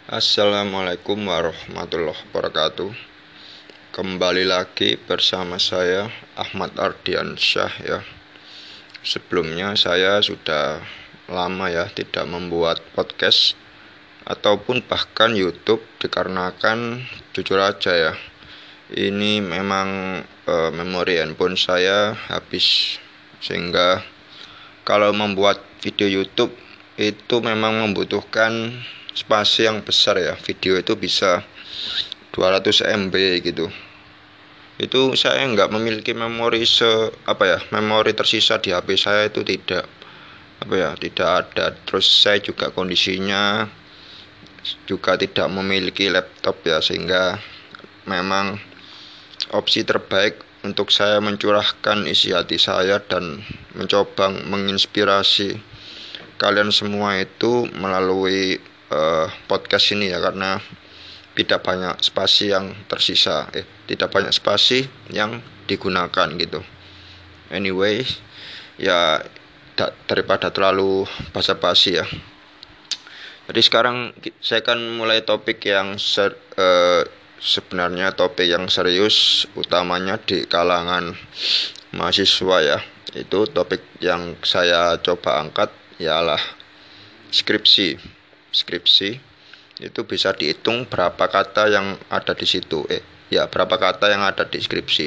Assalamualaikum warahmatullahi wabarakatuh. Kembali lagi bersama saya Ahmad Ardiansyah ya. Sebelumnya saya sudah lama ya tidak membuat podcast ataupun bahkan YouTube dikarenakan jujur aja ya. Ini memang memori handphone saya habis, sehingga kalau membuat video YouTube itu memang membutuhkan spasi yang besar ya. Video itu bisa 200 MB gitu. Itu saya nggak memiliki memori tersisa di HP saya itu tidak ada. Terus saya juga kondisinya juga tidak memiliki laptop ya, sehingga memang opsi terbaik untuk saya mencurahkan isi hati saya dan mencoba menginspirasi kalian semua itu melalui podcast ini ya, karena tidak banyak spasi yang tersisa, tidak banyak spasi yang digunakan gitu. Anyway, ya daripada terlalu basa-basi ya. Jadi sekarang saya akan mulai topik yang sebenarnya topik yang serius, utamanya di kalangan mahasiswa ya. Itu topik yang saya coba angkat ialah skripsi. Skripsi itu bisa dihitung berapa kata yang ada di situ. Berapa kata yang ada di skripsi.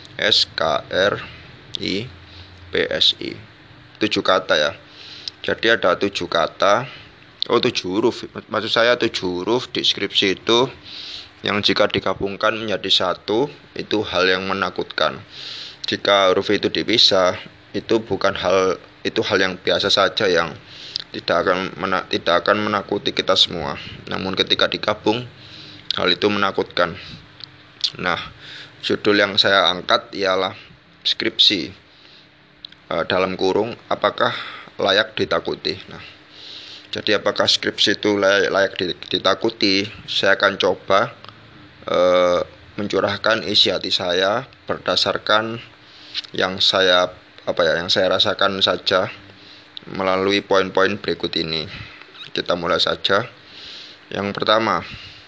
SKRIPSI. 7 kata ya. Jadi ada 7 kata. 7 huruf. Maksud saya 7 huruf di skripsi itu yang jika digabungkan menjadi satu itu hal yang menakutkan. Jika huruf itu dipisah, itu hal yang biasa saja yang tidak akan menakuti kita semua. Namun ketika digabung, hal itu menakutkan. Nah, judul yang saya angkat ialah skripsi, dalam kurung, apakah layak ditakuti. Nah, jadi apakah skripsi itu layak ditakuti? Saya akan coba mencurahkan isi hati saya berdasarkan yang saya rasakan saja melalui poin-poin berikut ini. Kita mulai saja. Yang pertama,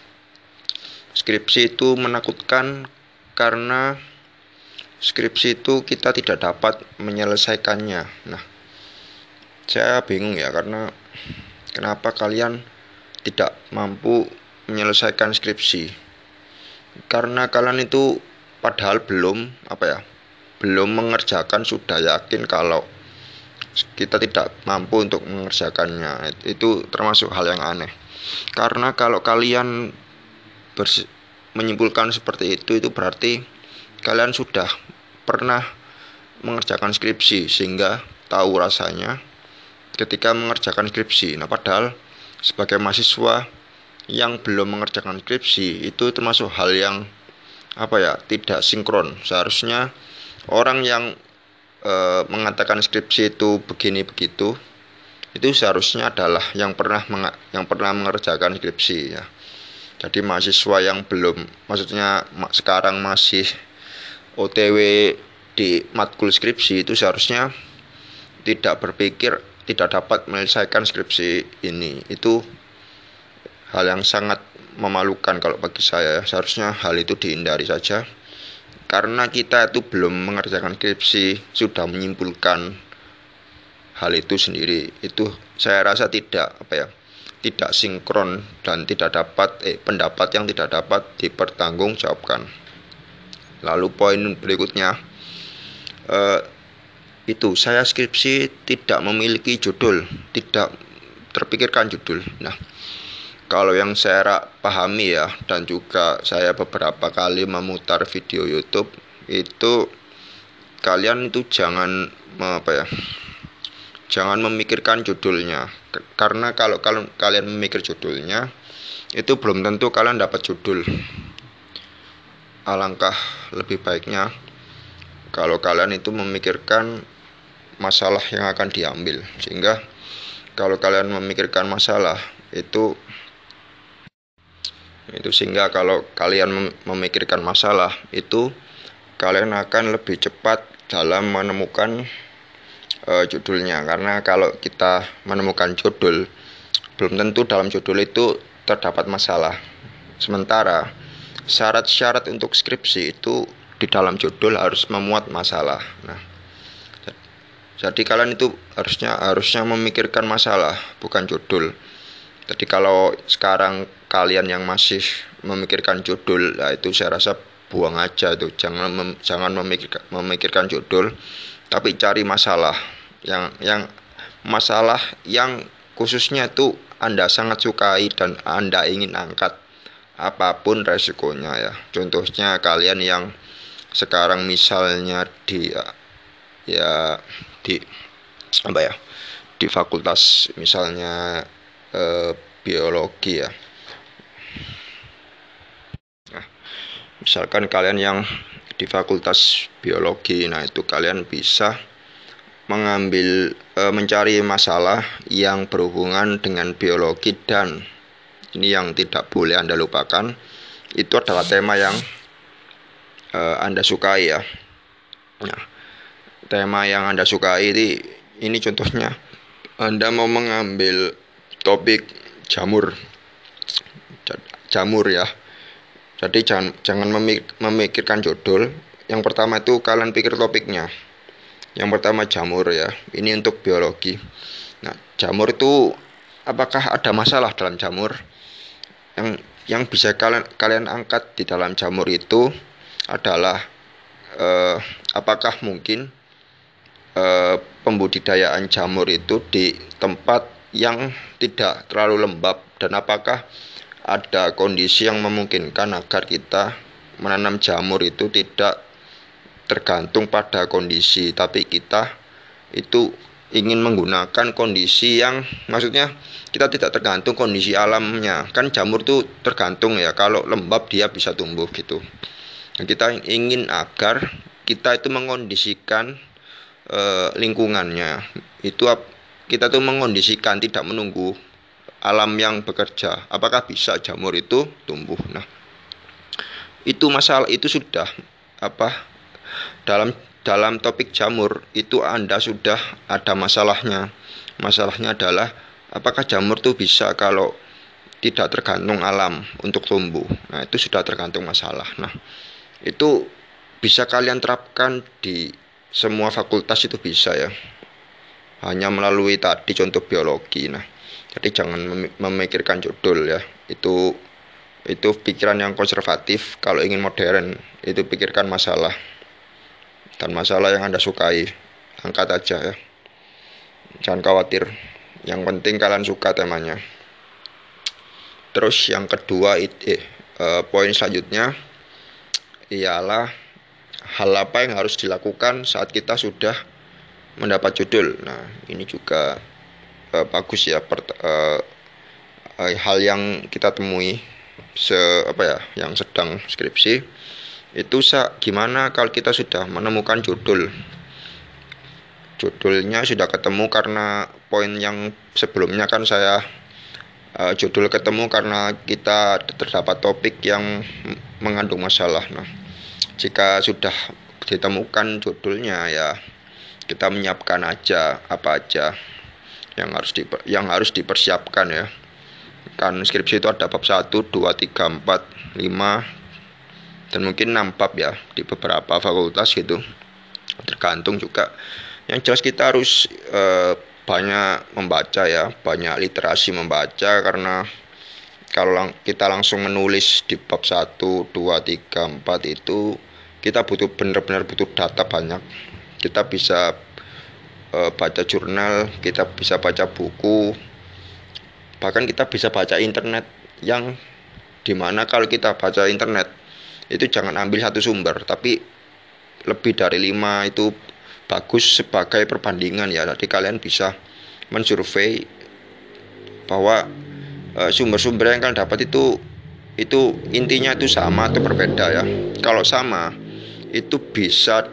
skripsi itu menakutkan karena skripsi itu kita tidak dapat menyelesaikannya. Nah, saya bingung ya, karena kenapa kalian tidak mampu menyelesaikan skripsi? Karena kalian itu padahal belum mengerjakan sudah yakin kalau kita tidak mampu untuk mengerjakannya. Itu termasuk hal yang aneh. Karena kalau kalian menyimpulkan seperti itu berarti kalian sudah pernah mengerjakan skripsi sehingga tahu rasanya ketika mengerjakan skripsi. Nah, padahal sebagai mahasiswa yang belum mengerjakan skripsi itu termasuk hal yang tidak sinkron. Seharusnya orang yang mengatakan skripsi itu begini begitu, itu seharusnya adalah yang pernah mengerjakan skripsi ya. Jadi mahasiswa yang belum, maksudnya sekarang masih OTW di matkul skripsi, itu seharusnya tidak dapat menyelesaikan skripsi ini. Itu hal yang sangat memalukan kalau bagi saya. Seharusnya hal itu dihindari saja. Karena kita itu belum mengerjakan skripsi sudah menyimpulkan hal itu sendiri, itu saya rasa tidak sinkron dan tidak dapat pendapat yang tidak dapat dipertanggungjawabkan. Lalu poin berikutnya, itu saya skripsi tidak memiliki judul, tidak terpikirkan judul. Nah, kalau yang saya pahami ya, dan juga saya beberapa kali memutar video YouTube, itu kalian itu jangan memikirkan judulnya. Karena kalau kalian memikir judulnya, itu belum tentu kalian dapat judul. Alangkah lebih baiknya kalau kalian itu memikirkan masalah yang akan diambil. Sehingga kalau kalian memikirkan masalah sehingga kalau kalian memikirkan masalah itu, kalian akan lebih cepat dalam menemukan judulnya. Karena kalau kita menemukan judul belum tentu dalam judul itu terdapat masalah. Sementara syarat-syarat untuk skripsi itu di dalam judul harus memuat masalah. Nah, jadi kalian itu harusnya memikirkan masalah, bukan judul. Jadi kalau sekarang kalian yang masih memikirkan judul, nah itu saya rasa buang aja tuh. Jangan memikirkan judul, tapi cari masalah yang masalah yang khususnya itu Anda sangat sukai dan Anda ingin angkat apapun resikonya ya. Contohnya kalian yang sekarang misalnya di ya di apa ya di fakultas misalnya biologi ya. Nah, misalkan kalian yang di fakultas biologi, nah itu kalian bisa mencari masalah yang berhubungan dengan biologi, dan ini yang tidak boleh Anda lupakan, itu adalah tema yang Anda sukai ya. Nah, tema yang Anda sukai ini contohnya Anda mau mengambil topik jamur ya. Jadi jangan memikirkan judul. Yang pertama itu kalian pikir topiknya. Yang pertama jamur ya. Ini untuk biologi. Nah, jamur itu apakah ada masalah dalam jamur? Yang bisa kalian angkat di dalam jamur itu adalah apakah mungkin pembudidayaan jamur itu di tempat yang tidak terlalu lembab, dan apakah ada kondisi yang memungkinkan agar kita menanam jamur itu tidak tergantung pada kondisi, tapi kita itu ingin menggunakan kondisi yang maksudnya kita tidak tergantung kondisi alamnya. Kan jamur tuh tergantung ya, kalau lembab dia bisa tumbuh gitu. Nah, kita ingin agar kita itu mengondisikan lingkungannya. Itu kita tuh mengondisikan, tidak menunggu alam yang bekerja. Apakah bisa jamur itu tumbuh? Nah, itu masalah itu sudah dalam topik jamur itu Anda sudah ada masalahnya. Masalahnya adalah apakah jamur tuh bisa kalau tidak tergantung alam untuk tumbuh. Nah, itu sudah tergantung masalah. Nah, itu bisa kalian terapkan di semua fakultas, itu bisa ya. Hanya melalui tadi contoh biologi. Nah, jadi jangan memikirkan judul ya. Itu pikiran yang konservatif. Kalau ingin modern, itu pikirkan masalah. Dan masalah yang Anda sukai, angkat aja ya. Jangan khawatir. Yang penting kalian suka temanya. Terus yang kedua, poin selanjutnya ialah hal apa yang harus dilakukan saat kita sudah mendapat judul. Nah, ini juga bagus ya, hal yang kita temui yang sedang skripsi itu gimana kalau kita sudah menemukan judulnya sudah ketemu, karena poin yang sebelumnya kan saya judul ketemu karena kita terdapat topik yang mengandung masalah. Nah, jika sudah ditemukan judulnya ya kita menyiapkan aja apa aja yang harus dipersiapkan ya. Kan skripsi itu ada bab 1, 2, 3, 4, 5 dan mungkin 6 bab ya di beberapa fakultas gitu. Tergantung juga. Yang jelas kita harus banyak membaca ya, banyak literasi membaca, karena kalau kita langsung menulis di bab 1, 2, 3, 4 itu kita benar-benar butuh data banyak. Kita bisa baca jurnal, kita bisa baca buku, bahkan kita bisa baca internet, yang dimana kalau kita baca internet itu jangan ambil satu sumber, tapi lebih dari 5 itu bagus sebagai perbandingan ya. Jadi kalian bisa mensurvei bahwa sumber-sumber yang kalian dapat itu intinya itu sama atau berbeda ya. Kalau sama itu bisa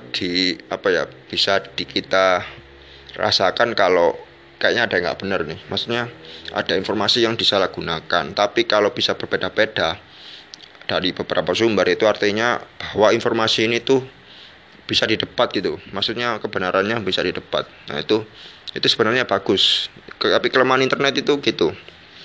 kita rasakan kalau kayaknya ada yang nggak benar nih. Maksudnya ada informasi yang disalahgunakan. Tapi kalau bisa berbeda-beda dari beberapa sumber, itu artinya bahwa informasi ini tuh bisa didebat gitu. Maksudnya kebenarannya bisa didebat. Nah, itu sebenarnya bagus. Tapi kelemahan internet itu gitu.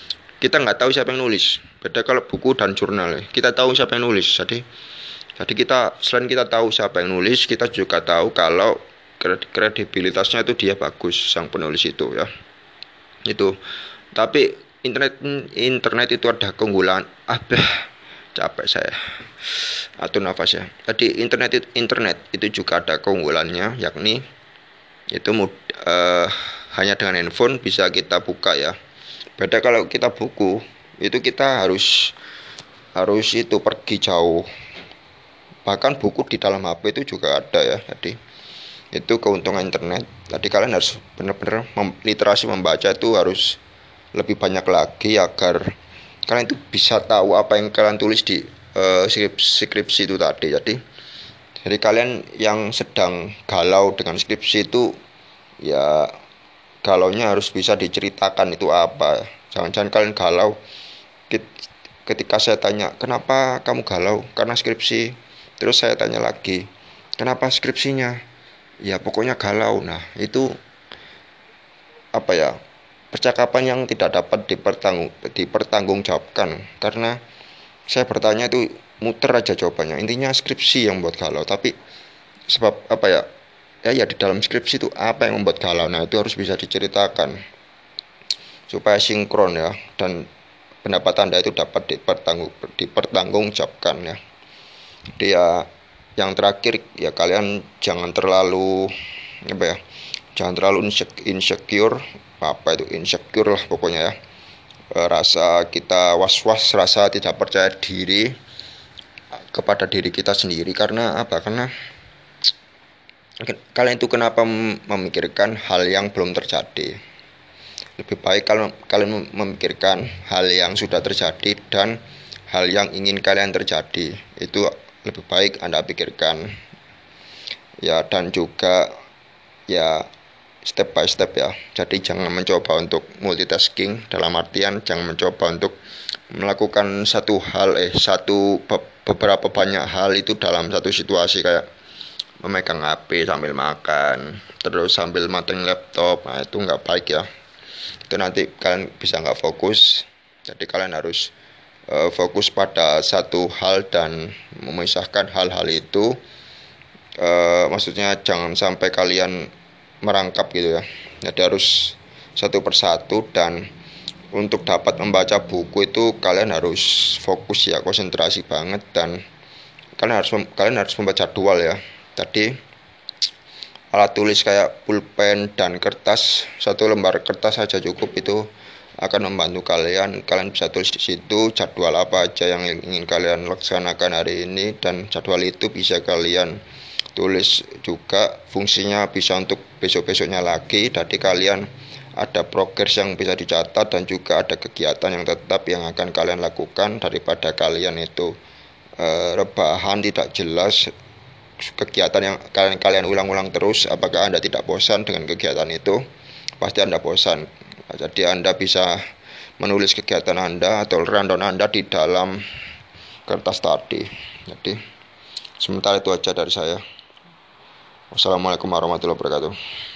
kita nggak tahu siapa yang nulis. Beda kalau buku dan jurnal ya. Kita tahu siapa yang nulis. Jadi kita selain kita tahu siapa yang nulis, kita juga tahu kalau kredibilitasnya itu dia bagus sang penulis itu ya. Itu. Tapi internet itu ada keunggulan. Capek saya. Atur nafas ya. Tadi internet itu juga ada keunggulannya, yakni itu hanya dengan handphone bisa kita buka ya. Beda kalau kita buku, itu kita harus itu pergi jauh. Bahkan buku di dalam HP itu juga ada ya. Jadi itu keuntungan internet. Tadi kalian harus benar-benar literasi membaca itu harus lebih banyak lagi agar kalian itu bisa tahu apa yang kalian tulis di skripsi itu tadi. Jadi kalian yang sedang galau dengan skripsi itu ya galaunya harus bisa diceritakan itu apa. Jangan-jangan kalian galau ketika saya tanya, kenapa kamu galau? Karena skripsi. Terus saya tanya lagi, kenapa skripsinya? Ya pokoknya galau. Nah itu apa ya, percakapan yang tidak dapat dipertanggungjawabkan. Karena saya bertanya itu muter aja jawabannya. Intinya skripsi yang membuat galau. Tapi sebab apa ya, ya di dalam skripsi itu apa yang membuat galau. Nah itu harus bisa diceritakan supaya sinkron ya, dan pendapat Anda itu dapat dipertanggungjawabkan ya. Jadi ya yang terakhir ya, kalian jangan terlalu jangan terlalu insecure lah pokoknya ya. Rasa kita was-was, rasa tidak percaya diri kepada diri kita sendiri. Karena apa? Karena kalian itu kenapa memikirkan hal yang belum terjadi? Lebih baik kalau kalian memikirkan hal yang sudah terjadi dan hal yang ingin kalian terjadi. Itu lebih baik Anda pikirkan ya, dan juga ya step by step ya. Jadi jangan mencoba untuk multitasking, dalam artian jangan mencoba untuk melakukan beberapa banyak hal itu dalam satu situasi, kayak memegang HP sambil makan, terus sambil mateng laptop. Nah itu nggak baik ya. Itu nanti kalian bisa nggak fokus. Jadi kalian harus fokus pada satu hal dan memisahkan hal-hal itu. Maksudnya jangan sampai kalian merangkap gitu ya. Jadi harus satu persatu. Dan untuk dapat membaca buku itu kalian harus fokus ya, konsentrasi banget. Dan kalian harus membaca jadwal ya. Tadi alat tulis kayak pulpen dan kertas, satu lembar kertas saja cukup, itu akan membantu kalian bisa tulis di situ jadwal apa aja yang ingin kalian laksanakan hari ini, dan jadwal itu bisa kalian tulis juga, fungsinya bisa untuk besok-besoknya lagi. Jadi kalian ada progres yang bisa dicatat dan juga ada kegiatan yang tetap yang akan kalian lakukan, daripada kalian itu rebahan tidak jelas kegiatan yang kalian ulang-ulang terus. Apakah Anda tidak bosan dengan kegiatan itu? Pasti Anda bosan. Jadi Anda bisa menulis kegiatan Anda atau rundown Anda di dalam kertas tadi. Jadi sementara itu aja dari saya. Wassalamualaikum warahmatullahi wabarakatuh.